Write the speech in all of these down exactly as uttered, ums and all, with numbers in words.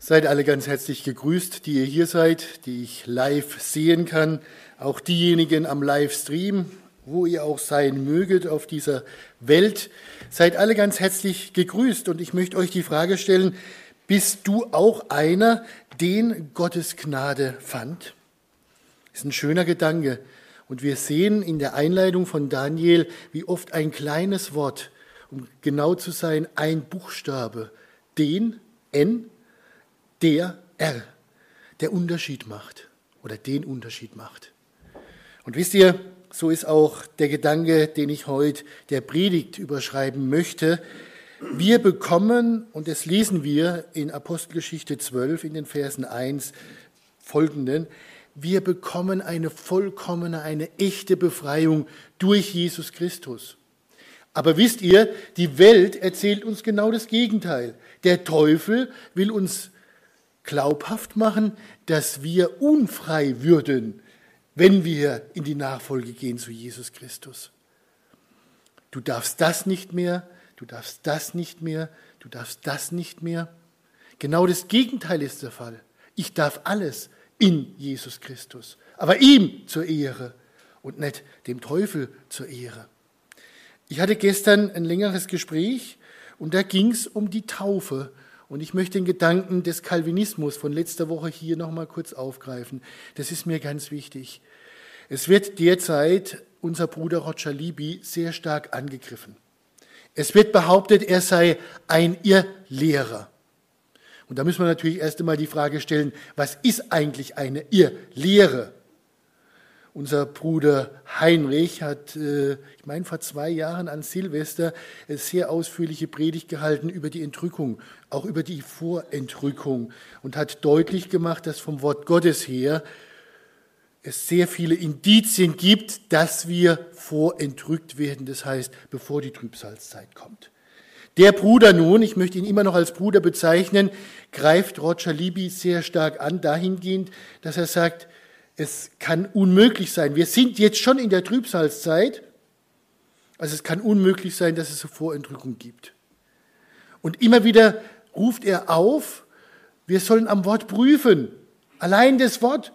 Seid alle ganz herzlich gegrüßt, die ihr hier seid, die ich live sehen kann. Auch diejenigen am Livestream, wo ihr auch sein möget auf dieser Welt. Seid alle ganz herzlich gegrüßt. Und ich möchte euch die Frage stellen, bist du auch einer, den Gottes Gnade fand? Das ist ein schöner Gedanke. Und wir sehen in der Einleitung von Daniel, wie oft ein kleines Wort, um genau zu sein, ein Buchstabe, den, N, der, R, der Unterschied macht oder den Unterschied macht. Und wisst ihr, so ist auch der Gedanke, den ich heute der Predigt überschreiben möchte. Wir bekommen, und das lesen wir in Apostelgeschichte zwölf in den Versen eins folgenden, wir bekommen eine vollkommene, eine echte Befreiung durch Jesus Christus. Aber wisst ihr, die Welt erzählt uns genau das Gegenteil. Der Teufel will uns glaubhaft machen, dass wir unfrei würden, wenn wir in die Nachfolge gehen zu Jesus Christus. Du darfst das nicht mehr, du darfst das nicht mehr, du darfst das nicht mehr. Genau das Gegenteil ist der Fall. Ich darf alles in Jesus Christus, aber ihm zur Ehre und nicht dem Teufel zur Ehre. Ich hatte gestern ein längeres Gespräch und da ging es um die Taufe. Und ich möchte den Gedanken des Calvinismus von letzter Woche hier nochmal kurz aufgreifen. Das ist mir ganz wichtig. Es wird derzeit unser Bruder Roger Libby sehr stark angegriffen. Es wird behauptet, er sei ein Irrlehrer. Und da müssen wir natürlich erst einmal die Frage stellen, was ist eigentlich eine Irrlehre? Unser Bruder Heinrich hat, ich meine, vor zwei Jahren an Silvester eine sehr ausführliche Predigt gehalten über die Entrückung, auch über die Vorentrückung und hat deutlich gemacht, dass vom Wort Gottes her es sehr viele Indizien gibt, dass wir vorentrückt werden, das heißt, bevor die Trübsalzeit kommt. Der Bruder nun, ich möchte ihn immer noch als Bruder bezeichnen, greift Roger Libby sehr stark an, dahingehend, dass er sagt, es kann unmöglich sein. Wir sind jetzt schon in der Trübsalzeit. Also es kann unmöglich sein, dass es eine Vorentrückung gibt. Und immer wieder ruft er auf, wir sollen am Wort prüfen. Allein das Wort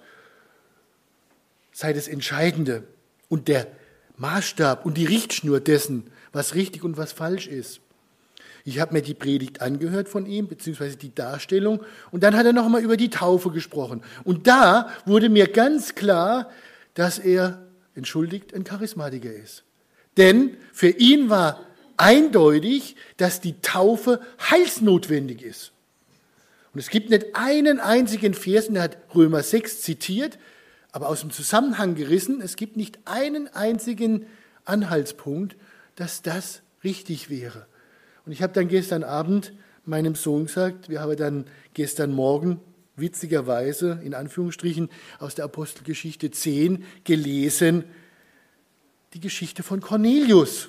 sei das Entscheidende und der Maßstab und die Richtschnur dessen, was richtig und was falsch ist. Ich habe mir die Predigt angehört von ihm, beziehungsweise die Darstellung, und dann hat er nochmal über die Taufe gesprochen. Und da wurde mir ganz klar, dass er, entschuldigt, ein Charismatiker ist. Denn für ihn war eindeutig, dass die Taufe heilsnotwendig ist. Und es gibt nicht einen einzigen Vers, und er hat Römer sechs zitiert, aber aus dem Zusammenhang gerissen, es gibt nicht einen einzigen Anhaltspunkt, dass das richtig wäre. Und ich habe dann gestern Abend meinem Sohn gesagt, wir haben dann gestern Morgen witzigerweise, in Anführungsstrichen, aus der Apostelgeschichte zehn gelesen, die Geschichte von Cornelius.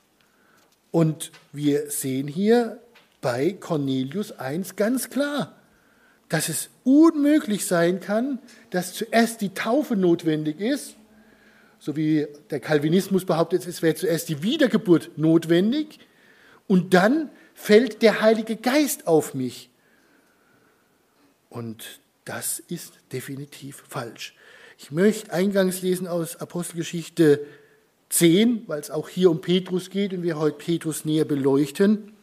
Und wir sehen hier bei Cornelius eins ganz klar, dass es unmöglich sein kann, dass zuerst die Taufe notwendig ist, so wie der Calvinismus behauptet, es wäre zuerst die Wiedergeburt notwendig, und dann fällt der Heilige Geist auf mich. Und das ist definitiv falsch. Ich möchte eingangs lesen aus Apostelgeschichte zehn, weil es auch hier um Petrus geht und wir heute Petrus näher beleuchten.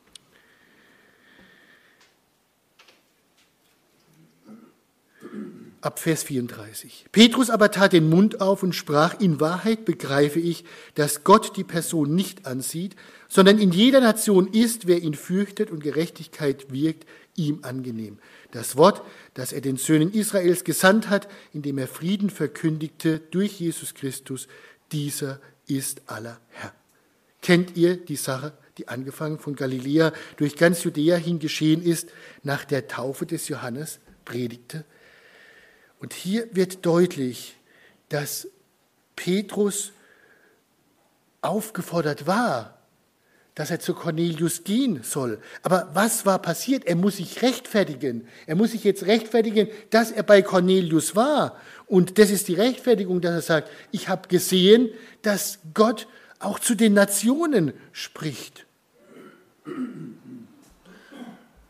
Ab Vers vierunddreißig. Petrus aber tat den Mund auf und sprach, in Wahrheit begreife ich, dass Gott die Person nicht ansieht, sondern in jeder Nation ist, wer ihn fürchtet und Gerechtigkeit wirkt, ihm angenehm. Das Wort, das er den Söhnen Israels gesandt hat, indem er Frieden verkündigte durch Jesus Christus, dieser ist aller Herr. Kennt ihr die Sache, die angefangen von Galiläa durch ganz Judäa hin geschehen ist, nach der Taufe des Johannes predigte? Und hier wird deutlich, dass Petrus aufgefordert war, dass er zu Cornelius gehen soll. Aber was war passiert? Er muss sich rechtfertigen. Er muss sich jetzt rechtfertigen, dass er bei Cornelius war. Und das ist die Rechtfertigung, dass er sagt, ich habe gesehen, dass Gott auch zu den Nationen spricht.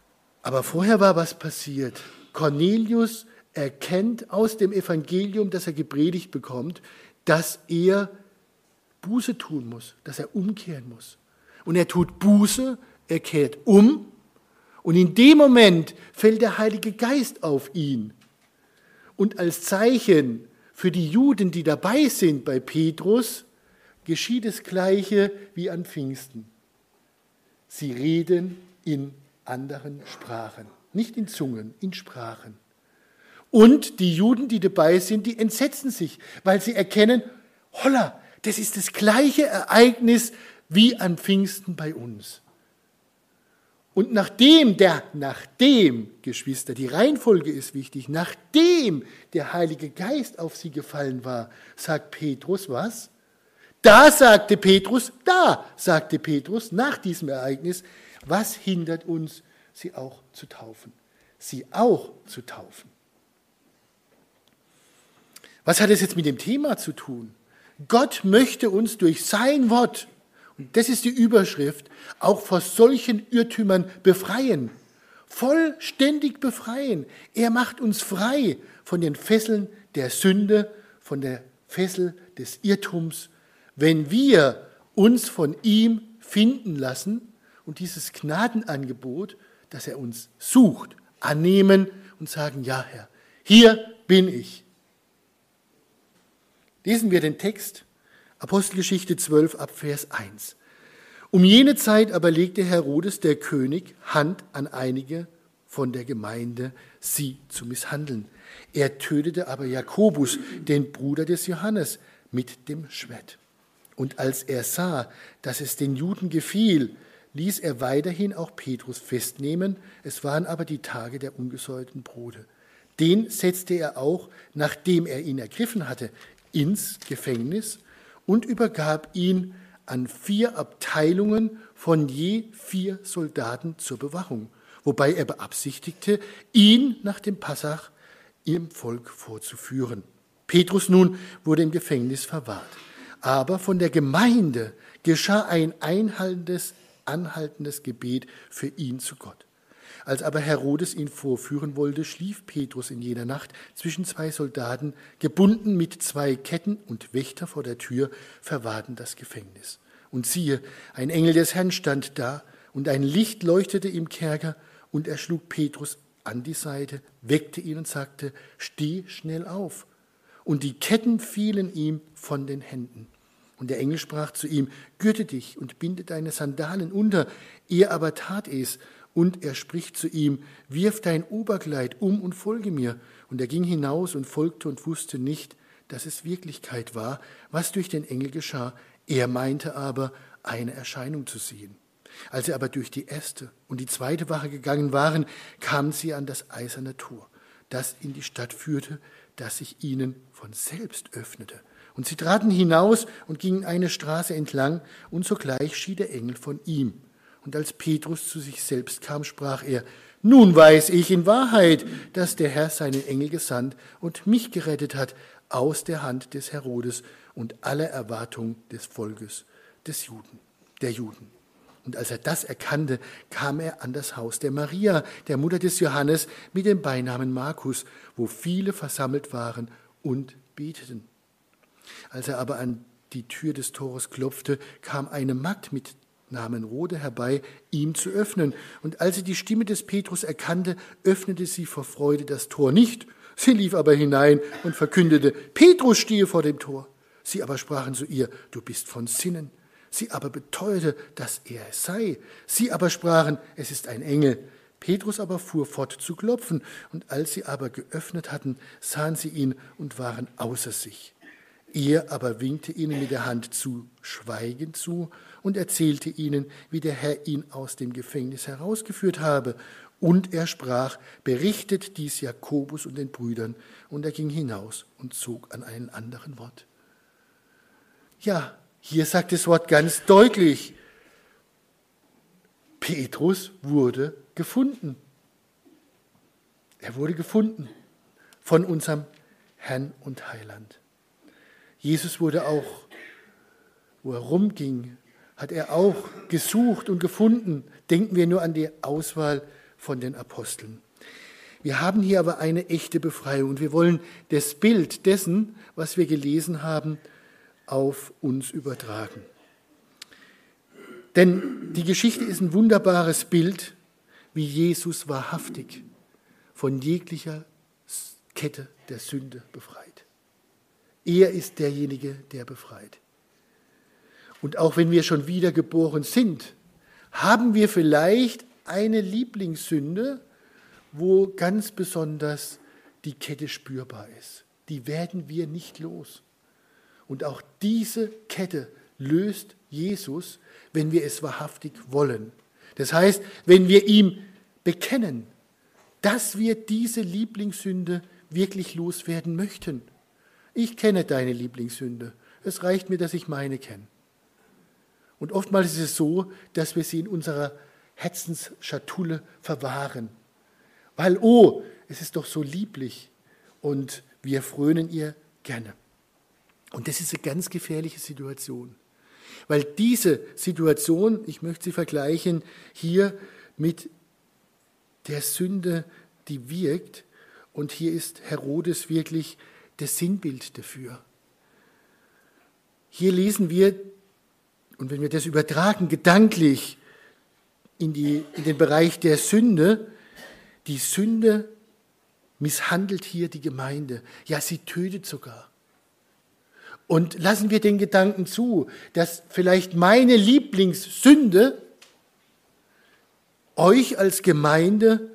Aber vorher war was passiert. Cornelius erkennt aus dem Evangelium, das er gepredigt bekommt, dass er Buße tun muss, dass er umkehren muss. Und er tut Buße, er kehrt um und in dem Moment fällt der Heilige Geist auf ihn. Und als Zeichen für die Juden, die dabei sind bei Petrus, geschieht das Gleiche wie an Pfingsten. Sie reden in anderen Sprachen, nicht in Zungen, in Sprachen. Und die Juden, die dabei sind, die entsetzen sich, weil sie erkennen, holla, das ist das gleiche Ereignis wie an Pfingsten bei uns. Und nachdem, der, nachdem, Geschwister, die Reihenfolge ist wichtig, nachdem der Heilige Geist auf sie gefallen war, sagt Petrus was? Da sagte Petrus, da sagte Petrus nach diesem Ereignis, was hindert uns, sie auch zu taufen? Sie auch zu taufen. Was hat es jetzt mit dem Thema zu tun? Gott möchte uns durch sein Wort, und das ist die Überschrift, auch vor solchen Irrtümern befreien. Vollständig befreien. Er macht uns frei von den Fesseln der Sünde, von der Fessel des Irrtums, wenn wir uns von ihm finden lassen und dieses Gnadenangebot, das er uns sucht, annehmen und sagen, ja Herr, hier bin ich. Lesen wir den Text, Apostelgeschichte zwölf ab Vers eins. Um jene Zeit aber legte Herodes der König Hand an einige von der Gemeinde, sie zu misshandeln. Er tötete aber Jakobus, den Bruder des Johannes, mit dem Schwert. Und als er sah, dass es den Juden gefiel, ließ er weiterhin auch Petrus festnehmen. Es waren aber die Tage der ungesäuerten Brote. Den setzte er auch, nachdem er ihn ergriffen hatte, ins Gefängnis und übergab ihn an vier Abteilungen von je vier Soldaten zur Bewachung, wobei er beabsichtigte, ihn nach dem Passach im Volk vorzuführen. Petrus nun wurde im Gefängnis verwahrt. Aber von der Gemeinde geschah ein einhaltendes, anhaltendes Gebet für ihn zu Gott. Als aber Herodes ihn vorführen wollte, schlief Petrus in jener Nacht zwischen zwei Soldaten, gebunden mit zwei Ketten, und Wächter vor der Tür verwahrten das Gefängnis. Und siehe, ein Engel des Herrn stand da, und ein Licht leuchtete im Kerker, und er schlug Petrus an die Seite, weckte ihn und sagte, steh schnell auf. Und die Ketten fielen ihm von den Händen. Und der Engel sprach zu ihm, gürte dich und binde deine Sandalen unter. Er aber tat es. Und er spricht zu ihm, wirf dein Oberkleid um und folge mir. Und er ging hinaus und folgte und wusste nicht, dass es Wirklichkeit war, was durch den Engel geschah. Er meinte aber, eine Erscheinung zu sehen. Als sie aber durch die erste und die zweite Wache gegangen waren, kamen sie an das eiserne Tor, das in die Stadt führte, das sich ihnen von selbst öffnete. Und sie traten hinaus und gingen eine Straße entlang, und sogleich schied der Engel von ihm. Und als Petrus zu sich selbst kam, sprach er, nun weiß ich in Wahrheit, dass der Herr seinen Engel gesandt und mich gerettet hat aus der Hand des Herodes und aller Erwartung des Volkes des Juden, der Juden. Und als er das erkannte, kam er an das Haus der Maria, der Mutter des Johannes, mit dem Beinamen Markus, wo viele versammelt waren und beteten. Als er aber an die Tür des Tores klopfte, kam eine Magd mit Namen Rode herbei, ihm zu öffnen. Und als sie die Stimme des Petrus erkannte, öffnete sie vor Freude das Tor nicht. Sie lief aber hinein und verkündete, Petrus stehe vor dem Tor. Sie aber sprachen zu ihr, du bist von Sinnen. Sie aber beteuerte, dass er es sei. Sie aber sprachen, es ist ein Engel. Petrus aber fuhr fort zu klopfen. Und als sie aber geöffnet hatten, sahen sie ihn und waren außer sich. Er aber winkte ihnen mit der Hand zu Schweigen zu und erzählte ihnen, wie der Herr ihn aus dem Gefängnis herausgeführt habe. Und er sprach, berichtet dies Jakobus und den Brüdern. Und er ging hinaus und zog an einen anderen Ort. Ja, hier sagt das Wort ganz deutlich, Petrus wurde gefunden. Er wurde gefunden von unserem Herrn und Heiland. Jesus wurde auch, wo er rumging, hat er auch gesucht und gefunden. Denken wir nur an die Auswahl von den Aposteln. Wir haben hier aber eine echte Befreiung und wir wollen das Bild dessen, was wir gelesen haben, auf uns übertragen. Denn die Geschichte ist ein wunderbares Bild, wie Jesus wahrhaftig von jeglicher Kette der Sünde befreit. Er ist derjenige, der befreit. Und auch wenn wir schon wiedergeboren sind, haben wir vielleicht eine Lieblingssünde, wo ganz besonders die Kette spürbar ist. Die werden wir nicht los. Und auch diese Kette löst Jesus, wenn wir es wahrhaftig wollen. Das heißt, wenn wir ihm bekennen, dass wir diese Lieblingssünde wirklich loswerden möchten. Ich kenne deine Lieblingssünde. Es reicht mir, dass ich meine kenne. Und oftmals ist es so, dass wir sie in unserer Herzensschatulle verwahren. Weil, oh, es ist doch so lieblich und wir frönen ihr gerne. Und das ist eine ganz gefährliche Situation. Weil diese Situation, ich möchte sie vergleichen, hier mit der Sünde, die wirkt. Und hier ist Herodes wirklich das Sinnbild dafür. Hier lesen wir, und wenn wir das übertragen, gedanklich in, die, in den Bereich der Sünde, die Sünde misshandelt hier die Gemeinde. Ja, sie tötet sogar. Und lassen wir den Gedanken zu, dass vielleicht meine Lieblingssünde euch als Gemeinde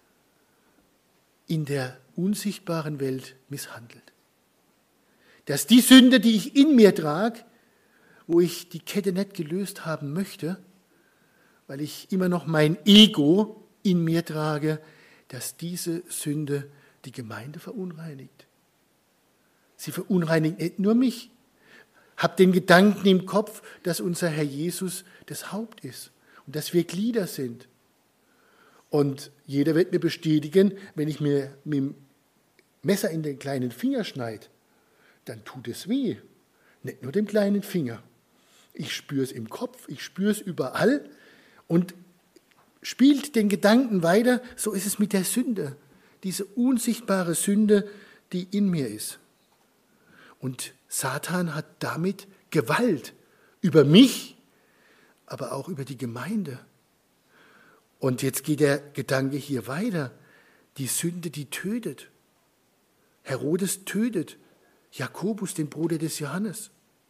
in der unsichtbaren Welt misshandelt. Dass die Sünde, die ich in mir trage, wo ich die Kette nicht gelöst haben möchte, weil ich immer noch mein Ego in mir trage, dass diese Sünde die Gemeinde verunreinigt. Sie verunreinigt nicht nur mich. Hab den Gedanken im Kopf, dass unser Herr Jesus das Haupt ist und dass wir Glieder sind. Und jeder wird mir bestätigen, wenn ich mir mit dem Messer in den kleinen Finger schneide, dann tut es weh. Nicht nur dem kleinen Finger. Ich spüre es im Kopf, ich spüre es überall und spielt den Gedanken weiter, so ist es mit der Sünde. Diese unsichtbare Sünde, die in mir ist. Und Satan hat damit Gewalt über mich, aber auch über die Gemeinde. Und jetzt geht der Gedanke hier weiter. Die Sünde, die tötet. Herodes tötet Jakobus, den Bruder des Johannes.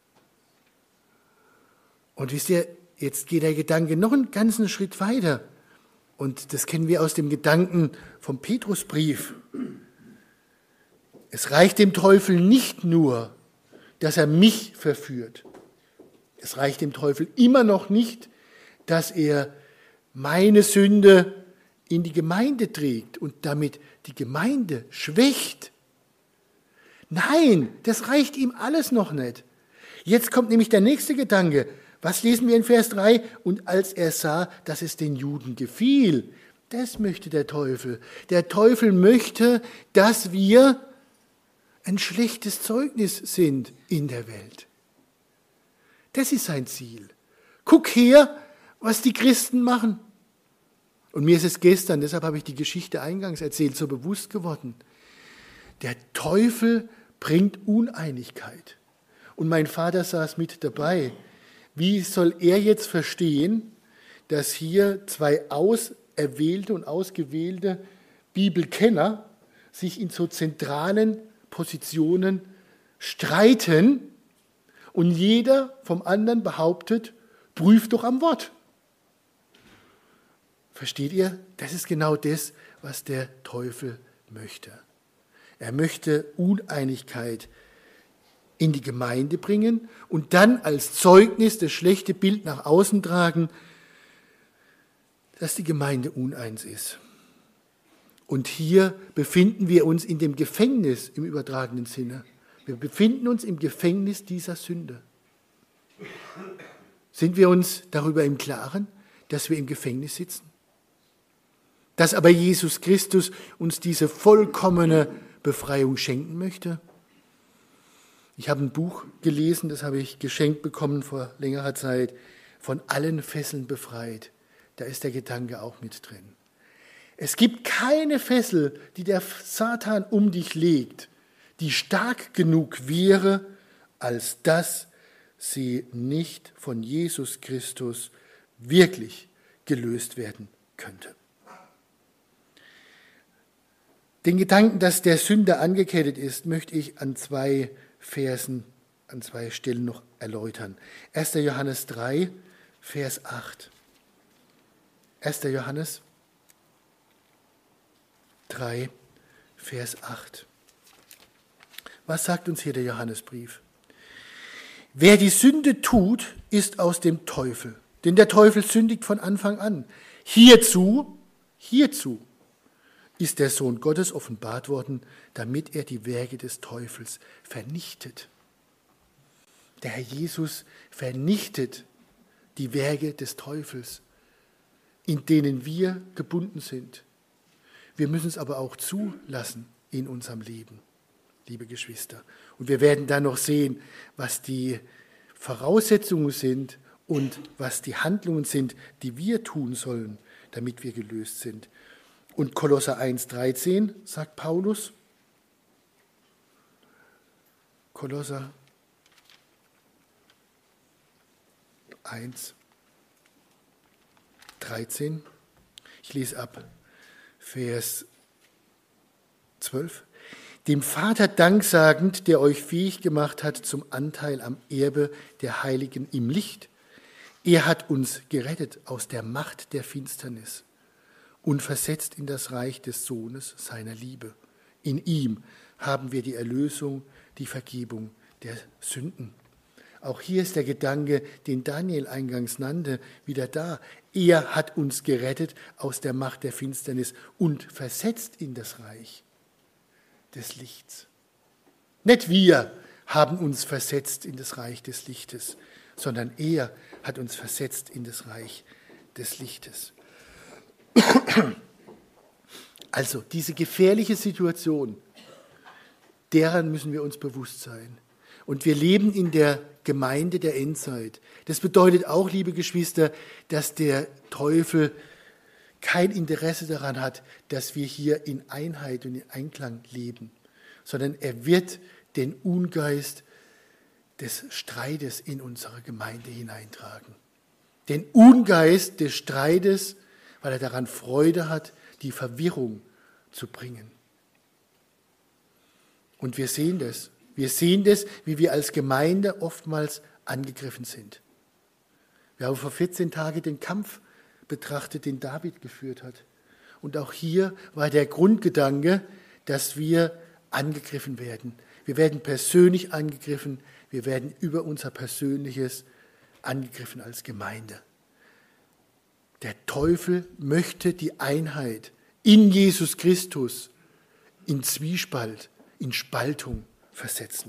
Und wisst ihr, jetzt geht der Gedanke noch einen ganzen Schritt weiter. Und das kennen wir aus dem Gedanken vom Petrusbrief. Es reicht dem Teufel nicht nur, dass er mich verführt. Es reicht dem Teufel immer noch nicht, dass er meine Sünde in die Gemeinde trägt und damit die Gemeinde schwächt. Nein, das reicht ihm alles noch nicht. Jetzt kommt nämlich der nächste Gedanke. Was lesen wir in Vers drei? Und als er sah, dass es den Juden gefiel, das möchte der Teufel. Der Teufel möchte, dass wir ein schlechtes Zeugnis sind in der Welt. Das ist sein Ziel. Guck her, was die Christen machen. Und mir ist es gestern, deshalb habe ich die Geschichte eingangs erzählt, so bewusst geworden. Der Teufel bringt Uneinigkeit. Und mein Vater saß mit dabei. Wie soll er jetzt verstehen, dass hier zwei auserwählte und ausgewählte Bibelkenner sich in so zentralen Positionen streiten und jeder vom anderen behauptet, prüft doch am Wort. Versteht ihr? Das ist genau das, was der Teufel möchte. Er möchte Uneinigkeit in die Gemeinde bringen und dann als Zeugnis das schlechte Bild nach außen tragen, dass die Gemeinde uneins ist. Und hier befinden wir uns in dem Gefängnis im übertragenen Sinne. Wir befinden uns im Gefängnis dieser Sünde. Sind wir uns darüber im Klaren, dass wir im Gefängnis sitzen? Dass aber Jesus Christus uns diese vollkommene Befreiung schenken möchte? Ich habe ein Buch gelesen, das habe ich geschenkt bekommen vor längerer Zeit, von allen Fesseln befreit. Da ist der Gedanke auch mit drin. Es gibt keine Fessel, die der Satan um dich legt, die stark genug wäre, als dass sie nicht von Jesus Christus wirklich gelöst werden könnte. Den Gedanken, dass der Sünder angekettet ist, möchte ich an zwei Versen, an zwei Stellen noch erläutern. erster Johannes drei, Vers acht. erster Johannes drei, Vers acht. Was sagt uns hier der Johannesbrief? Wer die Sünde tut, ist aus dem Teufel, denn der Teufel sündigt von Anfang an. Hierzu, hierzu ist der Sohn Gottes offenbart worden, damit er die Werke des Teufels vernichtet. Der Herr Jesus vernichtet die Werke des Teufels, in denen wir gebunden sind. Wir müssen es aber auch zulassen in unserem Leben, liebe Geschwister. Und wir werden dann noch sehen, was die Voraussetzungen sind und was die Handlungen sind, die wir tun sollen, damit wir gelöst sind. Und Kolosser eins dreizehn sagt Paulus, Kolosser eins dreizehn, ich lese ab, Vers zwölf. Dem Vater danksagend, der euch fähig gemacht hat zum Anteil am Erbe der Heiligen im Licht. Er hat uns gerettet aus der Macht der Finsternis und versetzt in das Reich des Sohnes seiner Liebe. In ihm haben wir die Erlösung, die Vergebung der Sünden. Auch hier ist der Gedanke, den Daniel eingangs nannte, wieder da. Er hat uns gerettet aus der Macht der Finsternis und versetzt in das Reich des Lichts. Nicht wir haben uns versetzt in das Reich des Lichtes, sondern er hat uns versetzt in das Reich des Lichtes. Also diese gefährliche Situation, deran müssen wir uns bewusst sein. Und wir leben in der Gemeinde der Endzeit. Das bedeutet auch, liebe Geschwister, dass der Teufel kein Interesse daran hat, dass wir hier in Einheit und in Einklang leben, sondern er wird den Ungeist des Streites in unsere Gemeinde hineintragen. Den Ungeist des Streites, weil er daran Freude hat, die Verwirrung zu bringen. Und wir sehen das. Wir sehen das, wie wir als Gemeinde oftmals angegriffen sind. Wir haben vor vierzehn Tagen den Kampf betrachtet, den David geführt hat. Und auch hier war der Grundgedanke, dass wir angegriffen werden. Wir werden persönlich angegriffen, wir werden über unser Persönliches angegriffen als Gemeinde. Der Teufel möchte die Einheit in Jesus Christus in Zwiespalt, in Spaltung versetzen.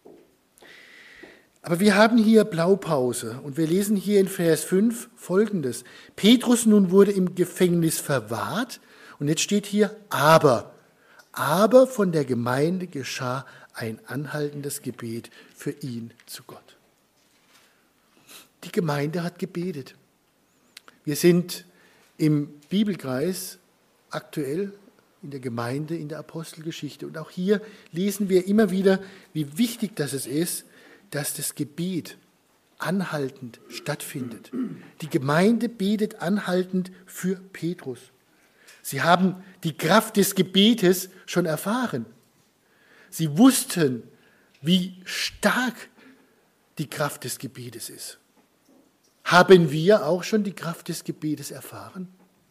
Aber wir haben hier Blaupause und wir lesen hier in Vers fünf Folgendes. Petrus nun wurde im Gefängnis verwahrt und jetzt steht hier aber. Aber von der Gemeinde geschah ein anhaltendes Gebet für ihn zu Gott. Die Gemeinde hat gebetet. Wir sind im Bibelkreis aktuell in der Gemeinde, in der Apostelgeschichte. Und auch hier lesen wir immer wieder, wie wichtig das ist, dass das Gebet anhaltend stattfindet. Die Gemeinde betet anhaltend für Petrus. Sie haben die Kraft des Gebetes schon erfahren. Sie wussten, wie stark die Kraft des Gebetes ist. Haben wir auch schon die Kraft des Gebetes erfahren?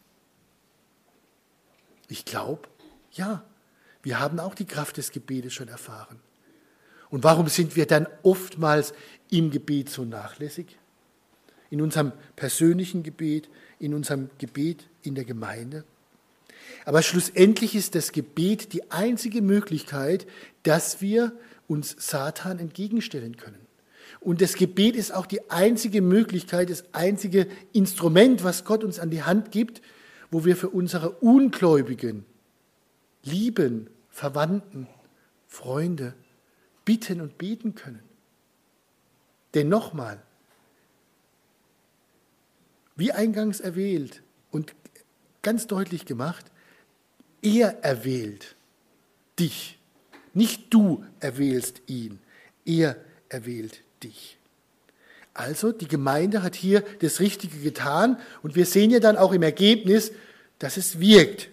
Ich glaube, ja, wir haben auch die Kraft des Gebetes schon erfahren. Und warum sind wir dann oftmals im Gebet so nachlässig? In unserem persönlichen Gebet, in unserem Gebet in der Gemeinde? Aber schlussendlich ist das Gebet die einzige Möglichkeit, dass wir uns Satan entgegenstellen können. Und das Gebet ist auch die einzige Möglichkeit, das einzige Instrument, was Gott uns an die Hand gibt, wo wir für unsere Ungläubigen, Lieben, Verwandten, Freunde bitten und beten können. Denn nochmal, wie eingangs erwähnt und ganz deutlich gemacht, Er erwählt dich. Nicht du erwählst ihn. Er erwählt dich. Also die Gemeinde hat hier das Richtige getan und wir sehen ja dann auch im Ergebnis, dass es wirkt.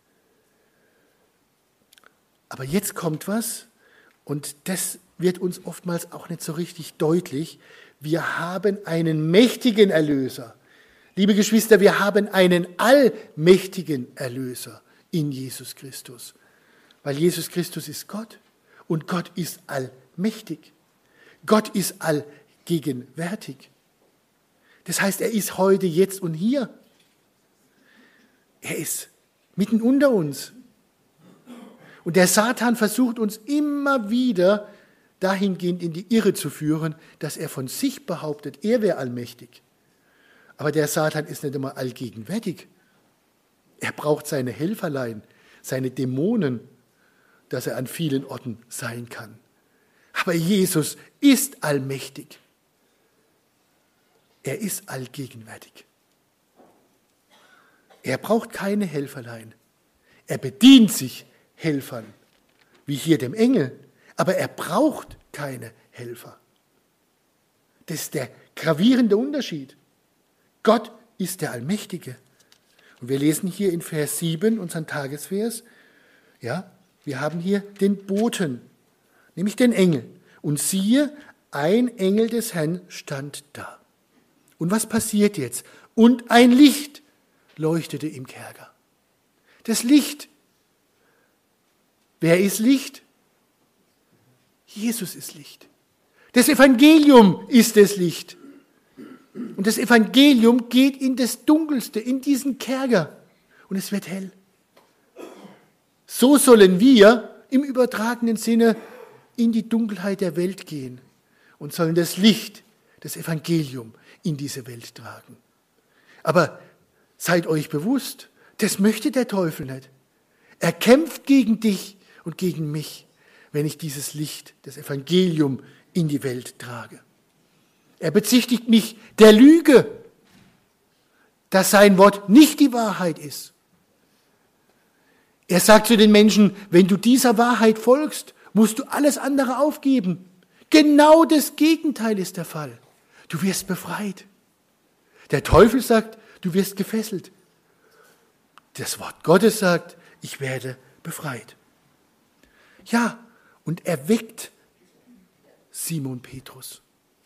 Aber jetzt kommt was und das wird uns oftmals auch nicht so richtig deutlich. Wir haben einen mächtigen Erlöser. Liebe Geschwister, wir haben einen allmächtigen Erlöser in Jesus Christus. Weil Jesus Christus ist Gott und Gott ist allmächtig. Gott ist allgegenwärtig. Das heißt, er ist heute, jetzt und hier. Er ist mitten unter uns. Und der Satan versucht uns immer wieder dahingehend in die Irre zu führen, dass er von sich behauptet, er wäre allmächtig. Aber der Satan ist nicht immer allgegenwärtig. Er braucht seine Helferlein, seine Dämonen, dass er an vielen Orten sein kann. Aber Jesus ist allmächtig. Er ist allgegenwärtig. Er braucht keine Helferlein. Er bedient sich Helfern, wie hier dem Engel, aber er braucht keine Helfer. Das ist der gravierende Unterschied. Gott ist der Allmächtige. Und wir lesen hier in Vers sieben, unseren Tagesvers, ja, wir haben hier den Boten, nämlich den Engel. Und siehe, ein Engel des Herrn stand da. Und was passiert jetzt? Und ein Licht leuchtete im Kerker. Das Licht. Wer ist Licht? Jesus ist Licht. Das Evangelium ist das Licht. Und das Evangelium geht in das Dunkelste, in diesen Kerker. Und es wird hell. So sollen wir im übertragenen Sinne in die Dunkelheit der Welt gehen und sollen das Licht, das Evangelium in diese Welt tragen. Aber seid euch bewusst, das möchte der Teufel nicht. Er kämpft gegen dich und gegen mich, wenn ich dieses Licht, das Evangelium in die Welt trage. Er bezichtigt mich der Lüge, dass sein Wort nicht die Wahrheit ist. Er sagt zu den Menschen, wenn du dieser Wahrheit folgst, musst du alles andere aufgeben. Genau das Gegenteil ist der Fall. Du wirst befreit. Der Teufel sagt, du wirst gefesselt. Das Wort Gottes sagt, ich werde befreit. Ja, und er weckt Simon Petrus.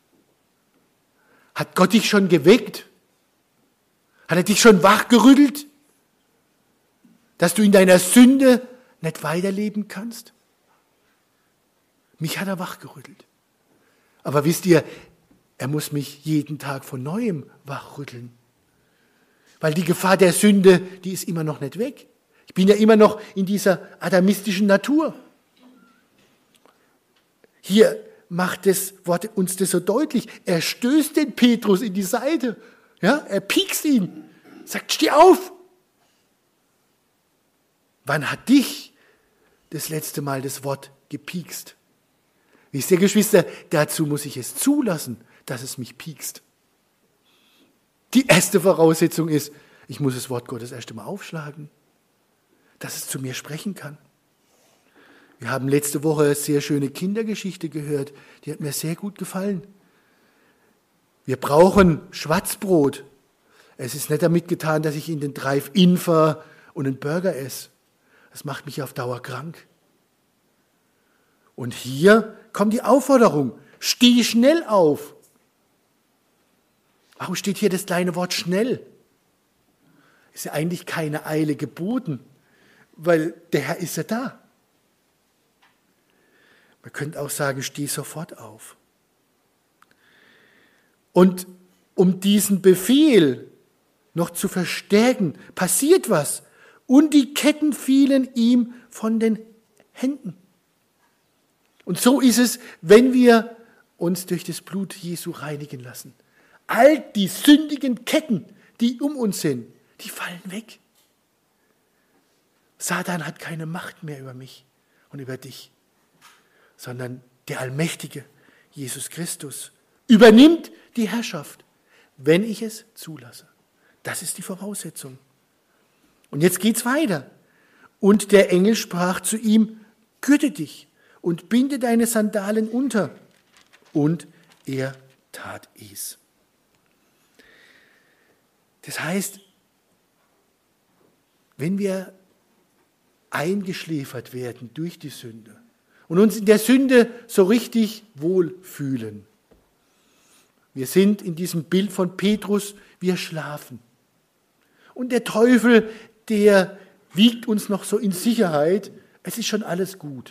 Hat Gott dich schon geweckt? Hat er dich schon wachgerüttelt, dass du in deiner Sünde nicht weiterleben kannst? Mich hat er wachgerüttelt. Aber wisst ihr, er muss mich jeden Tag von Neuem wachrütteln. Weil die Gefahr der Sünde, die ist immer noch nicht weg. Ich bin ja immer noch in dieser adamistischen Natur. Hier macht das Wort uns das so deutlich. Er stößt den Petrus in die Seite. Ja, er piekst ihn. Sagt, steh auf. Wann hat dich das letzte Mal das Wort gepiekst? Wisst ihr, Geschwister, dazu muss ich es zulassen, dass es mich piekst. Die erste Voraussetzung ist, ich muss das Wort Gottes erst einmal aufschlagen, dass es zu mir sprechen kann. Wir haben letzte Woche eine sehr schöne Kindergeschichte gehört, die hat mir sehr gut gefallen. Wir brauchen Schwarzbrot. Es ist nicht damit getan, dass ich in den Drive-In fahre und einen Burger esse. Das macht mich auf Dauer krank. Und hier kommt die Aufforderung, steh schnell auf. Warum steht hier das kleine Wort schnell? Ist ja eigentlich keine Eile geboten, weil der Herr ist ja da. Man könnte auch sagen, steh sofort auf. Und um diesen Befehl noch zu verstärken, passiert was. Und die Ketten fielen ihm von den Händen. Und so ist es, wenn wir uns durch das Blut Jesu reinigen lassen. All die sündigen Ketten, die um uns sind, die fallen weg. Satan hat keine Macht mehr über mich und über dich, sondern der Allmächtige, Jesus Christus, übernimmt die Herrschaft, wenn ich es zulasse. Das ist die Voraussetzung. Und jetzt geht's weiter. Und der Engel sprach zu ihm, gürte dich und binde deine Sandalen unter. Und er tat es. Das heißt, wenn wir eingeschläfert werden durch die Sünde und uns in der Sünde so richtig wohlfühlen, wir sind in diesem Bild von Petrus, wir schlafen. Und der Teufel, der wiegt uns noch so in Sicherheit, es ist schon alles gut.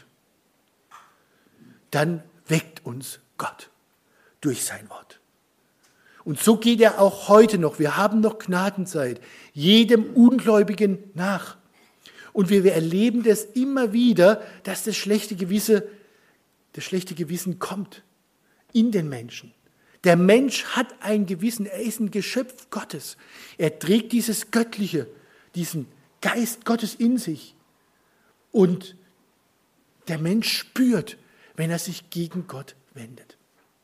Dann weckt uns Gott durch sein Wort. Und so geht er auch heute noch. Wir haben noch Gnadenzeit, jedem Ungläubigen nach. Und wir, wir erleben das immer wieder, dass das schlechte Gewissen, das schlechte Gewissen kommt in den Menschen. Der Mensch hat ein Gewissen, er ist ein Geschöpf Gottes. Er trägt dieses Göttliche, diesen Geist Gottes in sich. Und der Mensch spürt, wenn er sich gegen Gott wendet.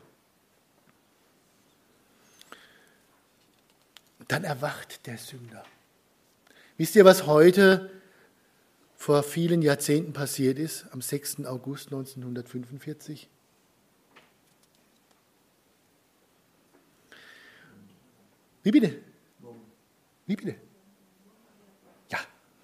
Dann erwacht der Sünder. Wisst ihr, was heute vor vielen Jahrzehnten passiert ist, am sechsten August neunzehnhundertfünfundvierzig? Wie bitte? Wie bitte? Ja.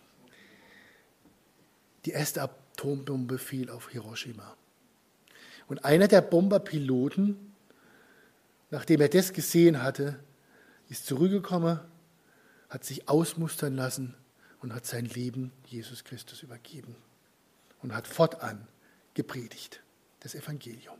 Die erste Atombombe fiel auf Hiroshima. Und einer der Bomberpiloten, nachdem er das gesehen hatte, ist zurückgekommen, hat sich ausmustern lassen und hat sein Leben Jesus Christus übergeben und hat fortan gepredigt, das Evangelium.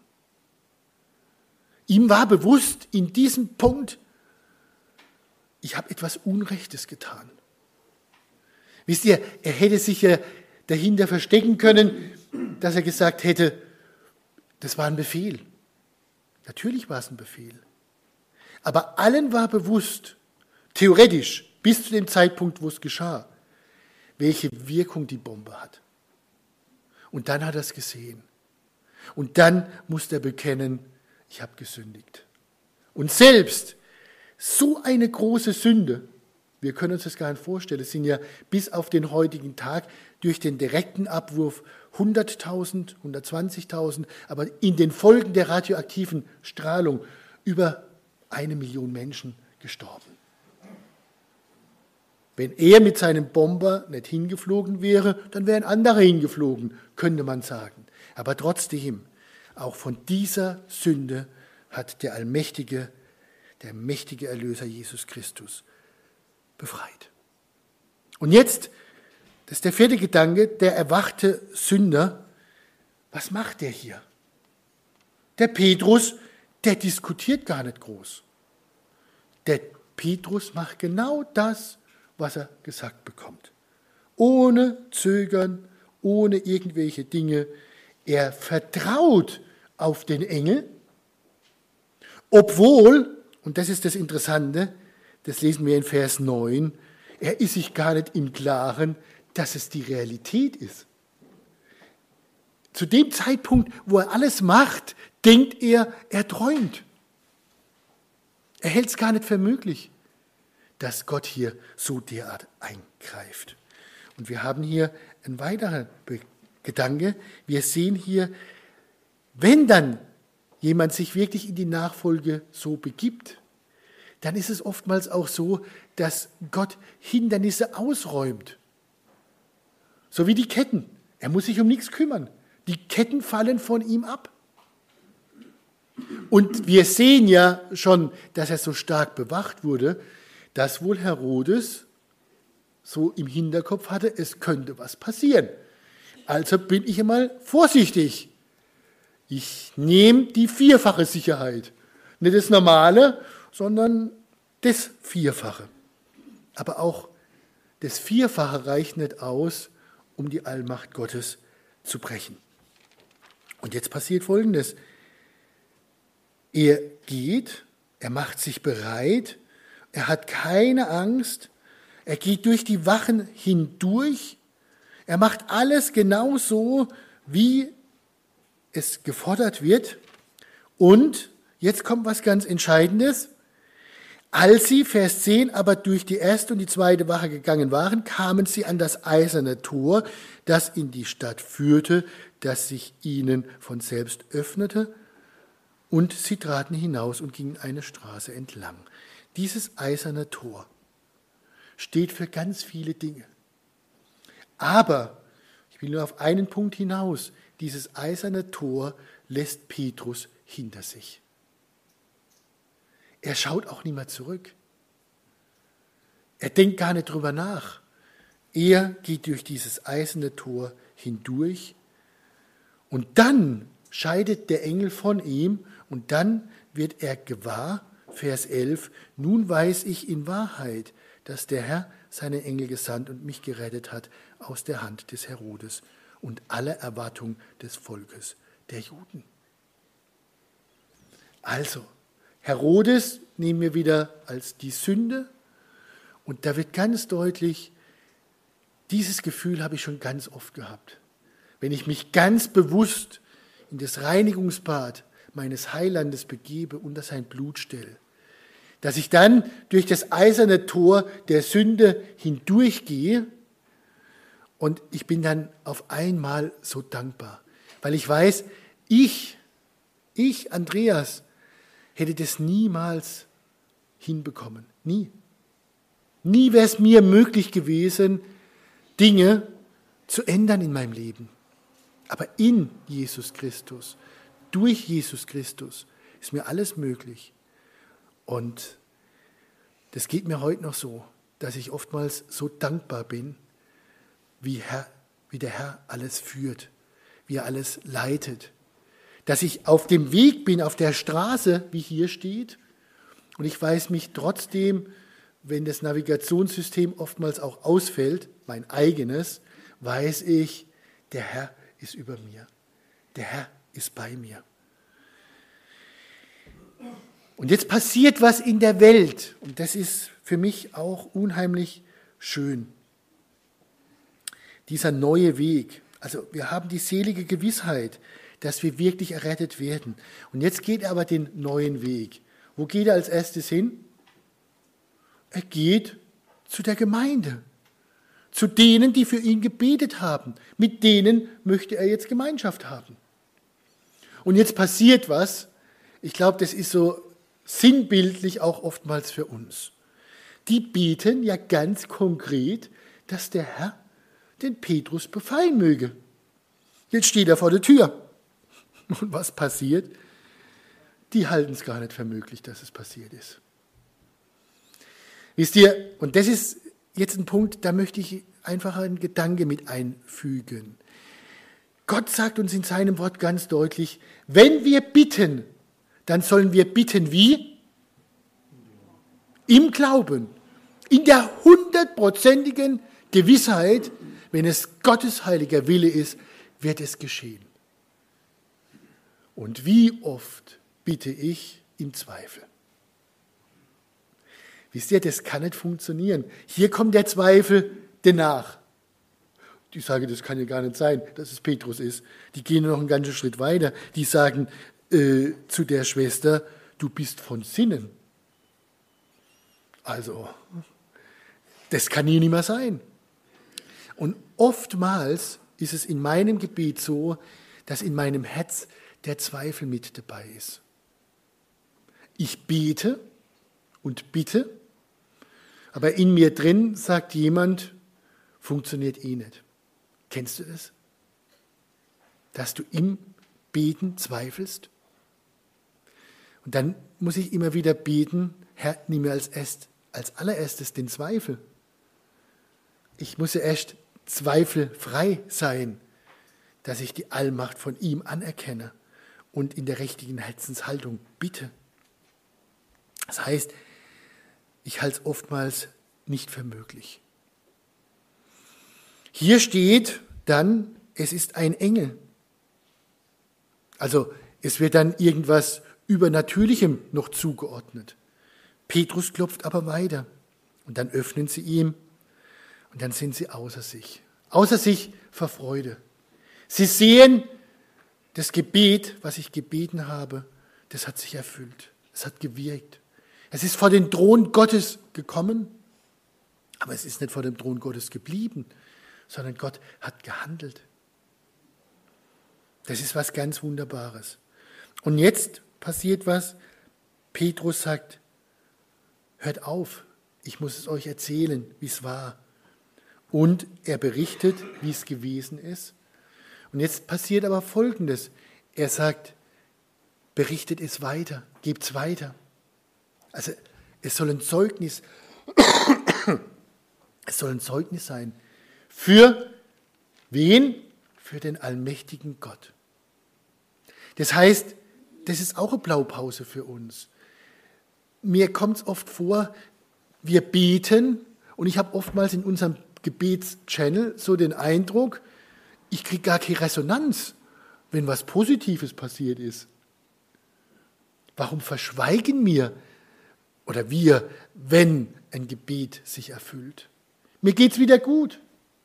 Ihm war bewusst in diesem Punkt, ich habe etwas Unrechtes getan. Wisst ihr, er hätte sich ja dahinter verstecken können, dass er gesagt hätte, das war ein Befehl. Natürlich war es ein Befehl. Aber allen war bewusst, theoretisch, bis zu dem Zeitpunkt, wo es geschah, welche Wirkung die Bombe hat. Und dann hat er es gesehen. Und dann musste er bekennen, ich habe gesündigt. Und selbst so eine große Sünde, wir können uns das gar nicht vorstellen, es sind ja bis auf den heutigen Tag durch den direkten Abwurf hunderttausend, hundertzwanzigtausend, aber in den Folgen der radioaktiven Strahlung über eine Million Menschen gestorben. Wenn er mit seinem Bomber nicht hingeflogen wäre, dann wären andere hingeflogen, könnte man sagen. Aber trotzdem, auch von dieser Sünde hat der allmächtige, der mächtige Erlöser Jesus Christus befreit. Und jetzt, das ist der vierte Gedanke, der erwachte Sünder. Was macht der hier? Der Petrus, der diskutiert gar nicht groß. Der Petrus macht genau das, was er gesagt bekommt. Ohne Zögern, ohne irgendwelche Dinge. Er vertraut auf den Engel, obwohl, und das ist das Interessante, das lesen wir in Vers neun, er ist sich gar nicht im Klaren, dass es die Realität ist. Zu dem Zeitpunkt, wo er alles macht, denkt er, er träumt. Er hält es gar nicht für möglich, dass Gott hier so derart eingreift. Und wir haben hier einen weiteren Gedanke. Wir sehen hier, wenn dann jemand sich wirklich in die Nachfolge so begibt, dann ist es oftmals auch so, dass Gott Hindernisse ausräumt. So wie die Ketten. Er muss sich um nichts kümmern. Die Ketten fallen von ihm ab. Und wir sehen ja schon, dass er so stark bewacht wurde, dass wohl Herodes so im Hinterkopf hatte, es könnte was passieren. Also bin ich einmal vorsichtig. Ich nehme die vierfache Sicherheit. Nicht das Normale, sondern das Vierfache. Aber auch das Vierfache reicht nicht aus, um die Allmacht Gottes zu brechen. Und jetzt passiert Folgendes. Er geht, er macht sich bereit, er hat keine Angst, er geht durch die Wachen hindurch, er macht alles genau so, wie es gefordert wird. Und jetzt kommt was ganz Entscheidendes. Als sie, Vers zehn, aber durch die erste und die zweite Wache gegangen waren, kamen sie an das eiserne Tor, das in die Stadt führte, das sich ihnen von selbst öffnete, und sie traten hinaus und gingen eine Straße entlang. Dieses eiserne Tor steht für ganz viele Dinge. Aber, ich will nur auf einen Punkt hinaus, dieses eiserne Tor lässt Petrus hinter sich. Er schaut auch nicht mehr zurück. Er denkt gar nicht drüber nach. Er geht durch dieses eiserne Tor hindurch und dann scheidet der Engel von ihm und dann wird er gewahr, Vers elf, nun weiß ich in Wahrheit, dass der Herr seine Engel gesandt und mich gerettet hat aus der Hand des Herodes und aller Erwartung des Volkes der Juden. Also, Herodes nehmen wir wieder als die Sünde und da wird ganz deutlich, dieses Gefühl habe ich schon ganz oft gehabt. Wenn ich mich ganz bewusst in das Reinigungsbad meines Heilandes begebe, unter sein Blut stelle, dass ich dann durch das eiserne Tor der Sünde hindurchgehe und ich bin dann auf einmal so dankbar, weil ich weiß, ich, ich, Andreas, hätte das niemals hinbekommen. Nie. Nie wäre es mir möglich gewesen, Dinge zu ändern in meinem Leben. Aber in Jesus Christus, durch Jesus Christus, ist mir alles möglich. Und das geht mir heute noch so, dass ich oftmals so dankbar bin, wie, Herr, wie der Herr alles führt, wie er alles leitet. Dass ich auf dem Weg bin, auf der Straße, wie hier steht, und ich weiß mich trotzdem, wenn das Navigationssystem oftmals auch ausfällt, mein eigenes, weiß ich, der Herr ist über mir. Der Herr ist bei mir. Und jetzt passiert was in der Welt, und das ist für mich auch unheimlich schön. Dieser neue Weg. Also wir haben die selige Gewissheit, dass wir wirklich errettet werden. Und jetzt geht er aber den neuen Weg. Wo geht er als erstes hin? Er geht zu der Gemeinde, zu denen, die für ihn gebetet haben. Mit denen möchte er jetzt Gemeinschaft haben. Und jetzt passiert was. Ich glaube, das ist so sinnbildlich auch oftmals für uns. Die beten ja ganz konkret, dass der Herr den Petrus befreien möge. Jetzt steht er vor der Tür. Und was passiert? Die halten es gar nicht für möglich, dass es passiert ist. Wisst ihr, und das ist jetzt ein Punkt, da möchte ich einfach einen Gedanke mit einfügen. Gott sagt uns in seinem Wort ganz deutlich, wenn wir bitten, dann sollen wir bitten wie? Im Glauben. In der hundertprozentigen Gewissheit, wenn es Gottes heiliger Wille ist, wird es geschehen. Und wie oft bitte ich im Zweifel? Wisst ihr, das kann nicht funktionieren. Hier kommt der Zweifel danach. Die sagen, das kann ja gar nicht sein, dass es Petrus ist. Die gehen noch einen ganzen Schritt weiter. Die sagen äh, zu der Schwester, du bist von Sinnen. Also, das kann hier nicht mehr sein. Und oftmals ist es in meinem Gebet so, dass in meinem Herz der Zweifel mit dabei ist. Ich bete und bitte, aber in mir drin sagt jemand, funktioniert eh nicht. Kennst du das? Dass du im Beten zweifelst? Und dann muss ich immer wieder beten, Herr, nimm mir als, erst, als allererstes den Zweifel. Ich muss ja erst zweifelfrei sein, dass ich die Allmacht von ihm anerkenne und in der richtigen Herzenshaltung bitte. Das heißt, ich halte es oftmals nicht für möglich. Hier steht dann, es ist ein Engel. Also es wird dann irgendwas Übernatürlichem noch zugeordnet. Petrus klopft aber weiter und dann öffnen sie ihm und dann sind sie außer sich. Außer sich vor Freude. Sie sehen, das Gebet, was ich gebeten habe, das hat sich erfüllt. Es hat gewirkt. Es ist vor den Thron Gottes gekommen, aber es ist nicht vor dem Thron Gottes geblieben, sondern Gott hat gehandelt. Das ist was ganz Wunderbares. Und jetzt passiert was. Petrus sagt, hört auf, ich muss es euch erzählen, wie es war. Und er berichtet, wie es gewesen ist. Und jetzt passiert aber Folgendes. Er sagt, berichtet es weiter, gebt es weiter. Also es soll ein Zeugnis, es soll ein Zeugnis sein. Für wen? Für den allmächtigen Gott. Das heißt, das ist auch eine Blaupause für uns. Mir kommt es oft vor, wir beten und ich habe oftmals in unserem Gebetschannel so den Eindruck, ich kriege gar keine Resonanz, wenn was Positives passiert ist. Warum verschweigen wir oder wir, wenn ein Gebet sich erfüllt? Mir geht es wieder gut.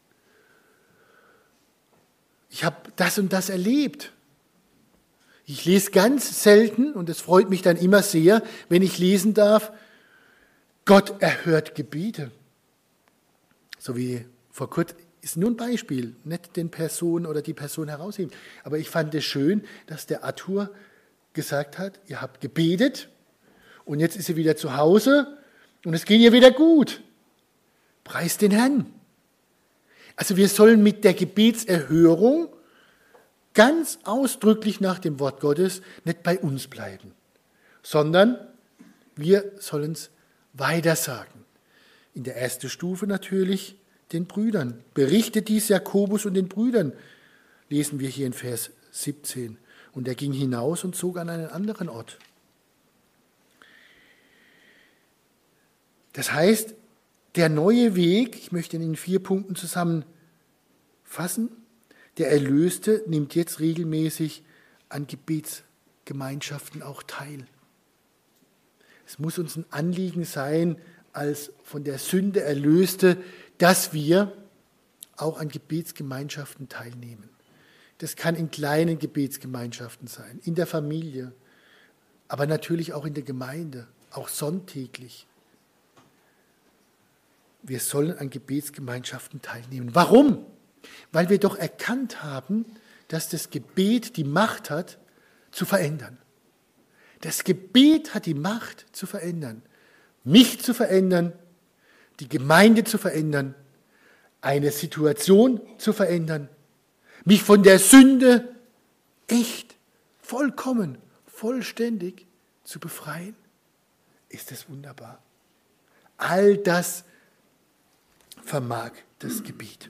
Ich habe das und das erlebt. Ich lese ganz selten, und es freut mich dann immer sehr, wenn ich lesen darf, Gott erhört Gebete. So wie vor kurzem, ist nur ein Beispiel, nicht den Person oder die Person herausheben. Aber ich fand es schön, dass der Arthur gesagt hat, ihr habt gebetet und jetzt ist sie wieder zu Hause und es geht ihr wieder gut. Preist den Herrn. Also wir sollen mit der Gebetserhörung ganz ausdrücklich nach dem Wort Gottes nicht bei uns bleiben, sondern wir sollen es weitersagen. In der ersten Stufe natürlich den Brüdern. Berichtet dies Jakobus und den Brüdern, lesen wir hier in Vers siebzehn. Und er ging hinaus und zog an einen anderen Ort. Das heißt, der neue Weg, ich möchte ihn in vier Punkten zusammenfassen, der Erlöste nimmt jetzt regelmäßig an Gebetsgemeinschaften auch teil. Es muss uns ein Anliegen sein, als von der Sünde Erlöste, dass wir auch an Gebetsgemeinschaften teilnehmen. Das kann in kleinen Gebetsgemeinschaften sein, in der Familie, aber natürlich auch in der Gemeinde, auch sonntäglich. Wir sollen an Gebetsgemeinschaften teilnehmen. Warum? Weil wir doch erkannt haben, dass das Gebet die Macht hat, zu verändern. Das Gebet hat die Macht, zu verändern. Mich zu verändern, die Gemeinde zu verändern, eine Situation zu verändern, mich von der Sünde echt, vollkommen, vollständig zu befreien. Ist das wunderbar. All das vermag das Gebet.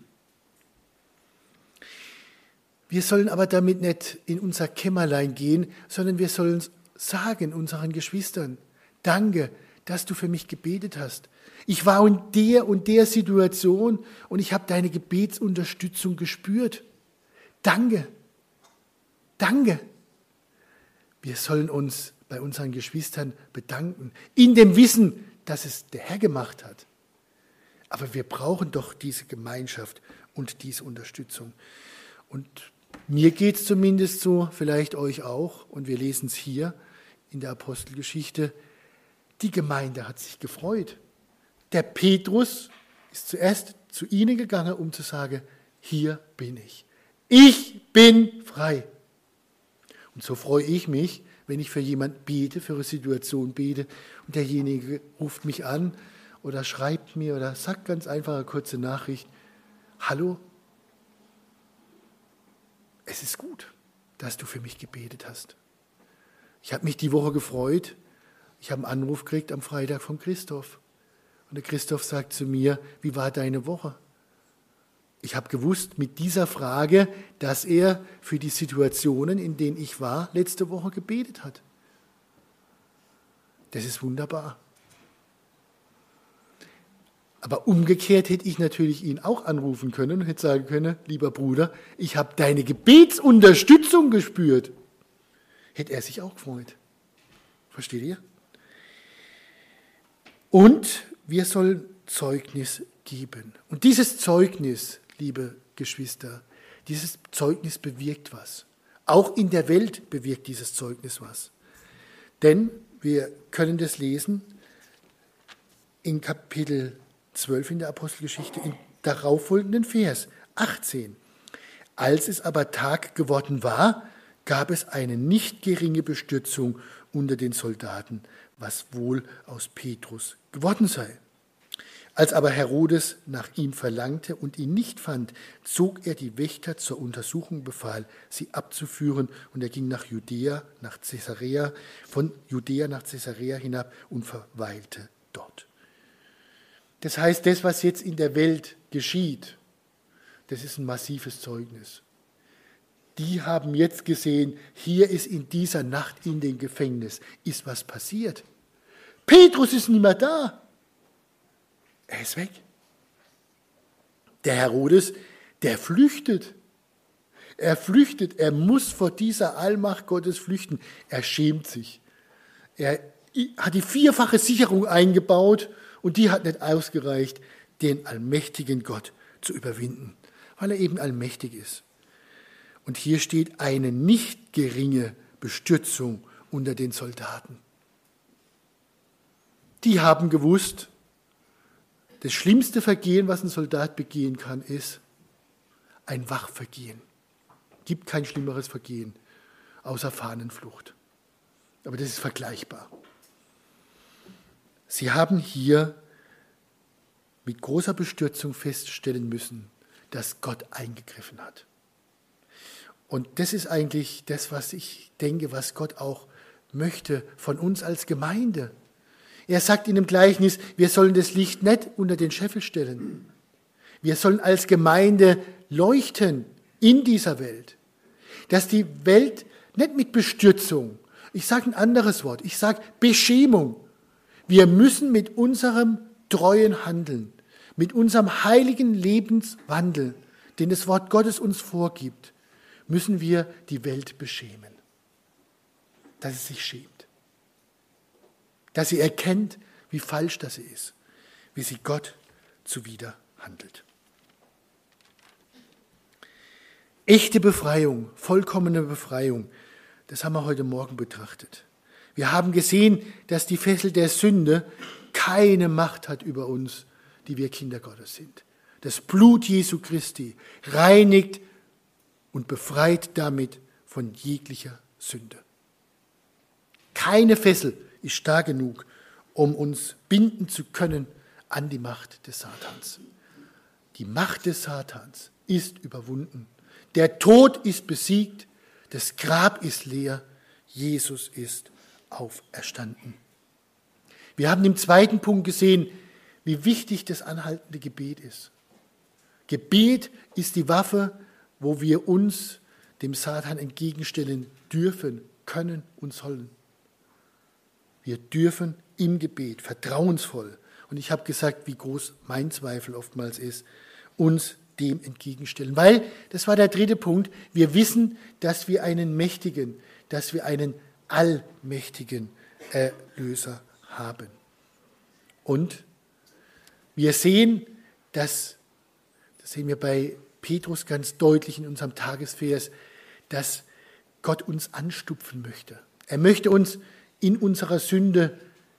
Wir sollen aber damit nicht in unser Kämmerlein gehen, sondern wir sollen sagen unseren Geschwistern, danke, dass du für mich gebetet hast. Ich war in der und der Situation und ich habe deine Gebetsunterstützung gespürt. Danke, danke. Wir sollen uns bei unseren Geschwistern bedanken, in dem Wissen, dass es der Herr gemacht hat. Aber wir brauchen doch diese Gemeinschaft und diese Unterstützung. Und mir geht es zumindest so, vielleicht euch auch, und wir lesen es hier in der Apostelgeschichte, die Gemeinde hat sich gefreut. Der Petrus ist zuerst zu ihnen gegangen, um zu sagen, hier bin ich. Ich bin frei. Und so freue ich mich, wenn ich für jemanden bete, für eine Situation bete und derjenige ruft mich an oder schreibt mir oder sagt ganz einfach eine kurze Nachricht, hallo, es ist gut, dass du für mich gebetet hast. Ich habe mich die Woche gefreut, ich habe einen Anruf gekriegt am Freitag von Christoph. Und der Christoph sagt zu mir, wie war deine Woche? Ich habe gewusst mit dieser Frage, dass er für die Situationen, in denen ich war, letzte Woche gebetet hat. Das ist wunderbar. Aber umgekehrt hätte ich natürlich ihn auch anrufen können und hätte sagen können, lieber Bruder, ich habe deine Gebetsunterstützung gespürt. Hätte er sich auch gefreut. Versteht ihr? Und wir sollen Zeugnis geben. Und dieses Zeugnis, liebe Geschwister, dieses Zeugnis bewirkt was. Auch in der Welt bewirkt dieses Zeugnis was. Denn wir können das lesen, in Kapitel zwölf in der Apostelgeschichte, im darauffolgenden Vers achtzehn. Als es aber Tag geworden war, gab es eine nicht geringe Bestürzung unter den Soldaten, was wohl aus Petrus geworden sei. Als aber Herodes nach ihm verlangte und ihn nicht fand, zog er die Wächter zur Untersuchung, befahl, sie abzuführen, und er ging nach Judäa, nach Caesarea, von Judäa nach Caesarea hinab und verweilte dort. Das heißt, das, was jetzt in der Welt geschieht, das ist ein massives Zeugnis. Die haben jetzt gesehen, hier ist in dieser Nacht in dem Gefängnis, ist was passiert. Petrus ist nicht mehr da. Er ist weg. Der Herodes, der flüchtet. Er flüchtet. Er muss vor dieser Allmacht Gottes flüchten. Er schämt sich. Er hat die vierfache Sicherung eingebaut und die hat nicht ausgereicht, den allmächtigen Gott zu überwinden, weil er eben allmächtig ist. Und hier steht eine nicht geringe Bestürzung unter den Soldaten. Die haben gewusst, das schlimmste Vergehen, was ein Soldat begehen kann, ist ein Wachvergehen. Es gibt kein schlimmeres Vergehen außer Fahnenflucht. Aber das ist vergleichbar. Sie haben hier mit großer Bestürzung feststellen müssen, dass Gott eingegriffen hat. Und das ist eigentlich das, was ich denke, was Gott auch möchte von uns als Gemeinde. Er sagt in dem Gleichnis, wir sollen das Licht nicht unter den Scheffel stellen. Wir sollen als Gemeinde leuchten in dieser Welt. Dass die Welt nicht mit Bestürzung, ich sage ein anderes Wort, ich sage Beschämung. Wir müssen mit unserem treuen Handeln, mit unserem heiligen Lebenswandel, den das Wort Gottes uns vorgibt, müssen wir die Welt beschämen. Dass es sich schämt. Dass sie erkennt, wie falsch das ist, wie sie Gott zuwider handelt. Echte Befreiung, vollkommene Befreiung, das haben wir heute Morgen betrachtet. Wir haben gesehen, dass die Fessel der Sünde keine Macht hat über uns, die wir Kinder Gottes sind. Das Blut Jesu Christi reinigt und befreit damit von jeglicher Sünde. Keine Fessel ist stark genug, um uns binden zu können an die Macht des Satans. Die Macht des Satans ist überwunden. Der Tod ist besiegt, das Grab ist leer, Jesus ist auferstanden. Wir haben im zweiten Punkt gesehen, wie wichtig das anhaltende Gebet ist. Gebet ist die Waffe, wo wir uns dem Satan entgegenstellen dürfen, können und sollen. Wir dürfen im Gebet vertrauensvoll, und ich habe gesagt, wie groß mein Zweifel oftmals ist, uns dem entgegenstellen. Weil, das war der dritte Punkt, wir wissen, dass wir einen mächtigen, dass wir einen allmächtigen Erlöser haben. Und wir sehen, dass, das sehen wir bei Petrus ganz deutlich in unserem Tagesvers, dass Gott uns anstupfen möchte. Er möchte uns in unserer Sünde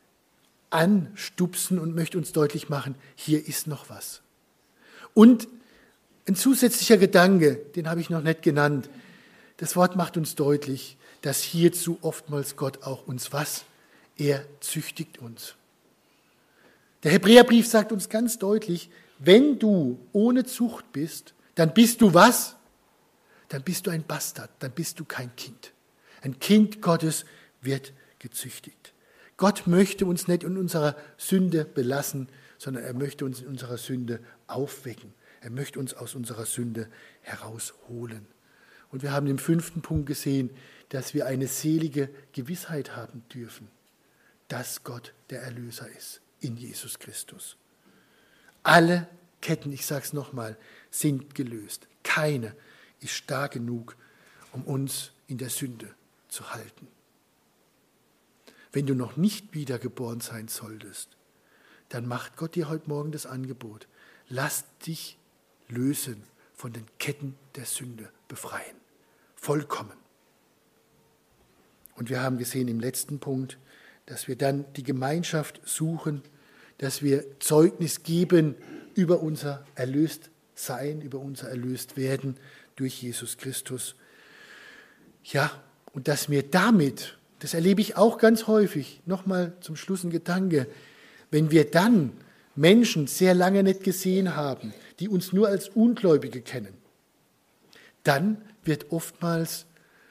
anstupsen und möchte uns deutlich machen, hier ist noch was. Und ein zusätzlicher Gedanke, den habe ich noch nicht genannt. Das Wort macht uns deutlich, dass hierzu oftmals Gott auch uns was? Er züchtigt uns. Der Hebräerbrief sagt uns ganz deutlich, wenn du ohne Zucht bist, dann bist du was? Dann bist du ein Bastard, dann bist du kein Kind. Ein Kind Gottes wird gezüchtigt. Gott möchte uns nicht in unserer Sünde belassen, sondern er möchte uns in unserer Sünde aufwecken. Er möchte uns aus unserer Sünde herausholen. Und wir haben im fünften Punkt gesehen, dass wir eine selige Gewissheit haben dürfen, dass Gott der Erlöser ist in Jesus Christus. Alle Ketten, ich sage es nochmal, sind gelöst. Keine ist stark genug, um uns in der Sünde zu halten. Wenn du noch nicht wiedergeboren sein solltest, dann macht Gott dir heute Morgen das Angebot. Lass dich lösen, von den Ketten der Sünde befreien. Vollkommen. Und wir haben gesehen im letzten Punkt, dass wir dann die Gemeinschaft suchen, dass wir Zeugnis geben über unser Erlöstsein, über unser Erlöstwerden durch Jesus Christus. Ja, und dass wir damit, das erlebe ich auch ganz häufig, nochmal zum Schluss ein Gedanke, wenn wir dann Menschen sehr lange nicht gesehen haben, die uns nur als Ungläubige kennen, dann wird oftmals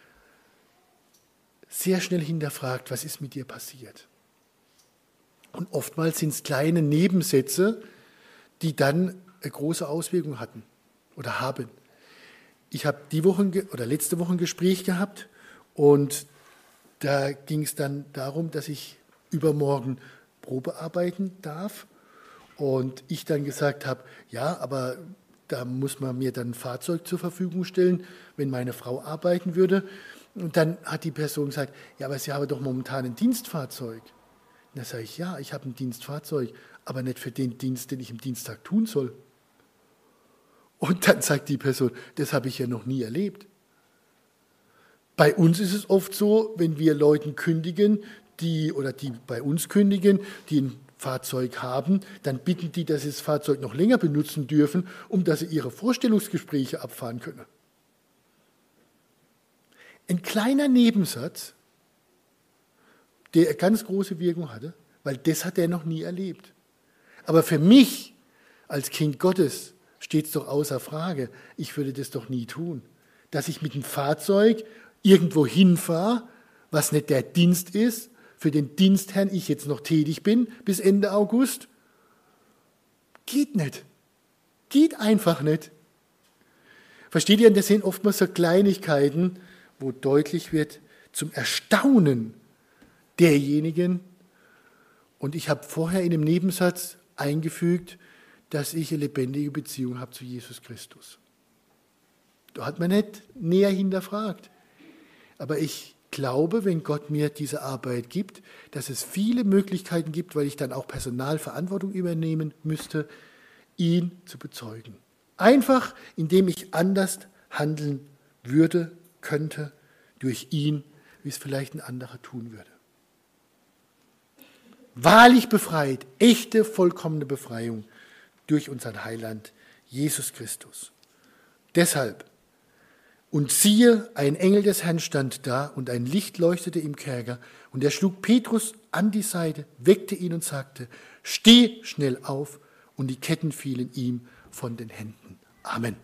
sehr schnell hinterfragt, was ist mit dir passiert? Und oftmals sind es kleine Nebensätze, die dann eine große Auswirkung hatten oder haben. Ich habe die Woche oder letzte Woche ein Gespräch gehabt und da ging es dann darum, dass ich übermorgen Probe arbeiten darf. Und ich dann gesagt habe, ja, aber da muss man mir dann ein Fahrzeug zur Verfügung stellen, wenn meine Frau arbeiten würde. Und dann hat die Person gesagt, ja, aber Sie haben doch momentan ein Dienstfahrzeug. Und da sage ich, ja, ich habe ein Dienstfahrzeug, aber nicht für den Dienst, den ich im Dienstag tun soll. Und dann sagt die Person, das habe ich ja noch nie erlebt. Bei uns ist es oft so, wenn wir Leuten kündigen, die oder die bei uns kündigen, die ein Fahrzeug haben, dann bitten die, dass sie das Fahrzeug noch länger benutzen dürfen, um dass sie ihre Vorstellungsgespräche abfahren können. Ein kleiner Nebensatz, der eine ganz große Wirkung hatte, weil das hat er noch nie erlebt. Aber für mich als Kind Gottes steht es doch außer Frage, ich würde das doch nie tun, dass ich mit dem Fahrzeug irgendwo hinfahre, was nicht der Dienst ist, für den Dienstherrn ich jetzt noch tätig bin bis Ende August. Geht nicht. Geht einfach nicht. Versteht ihr, das sind oftmals so Kleinigkeiten, wo deutlich wird, zum Erstaunen derjenigen. Und ich habe vorher in dem Nebensatz eingefügt, dass ich eine lebendige Beziehung habe zu Jesus Christus. Da hat man nicht näher hinterfragt. Aber ich glaube, wenn Gott mir diese Arbeit gibt, dass es viele Möglichkeiten gibt, weil ich dann auch Personalverantwortung übernehmen müsste, ihn zu bezeugen. Einfach, indem ich anders handeln würde, könnte, durch ihn, wie es vielleicht ein anderer tun würde. Wahrlich befreit, echte, vollkommene Befreiung durch unseren Heiland, Jesus Christus. Deshalb, und siehe, ein Engel des Herrn stand da und ein Licht leuchtete im Kerker und er schlug Petrus an die Seite, weckte ihn und sagte, steh schnell auf, und die Ketten fielen ihm von den Händen. Amen.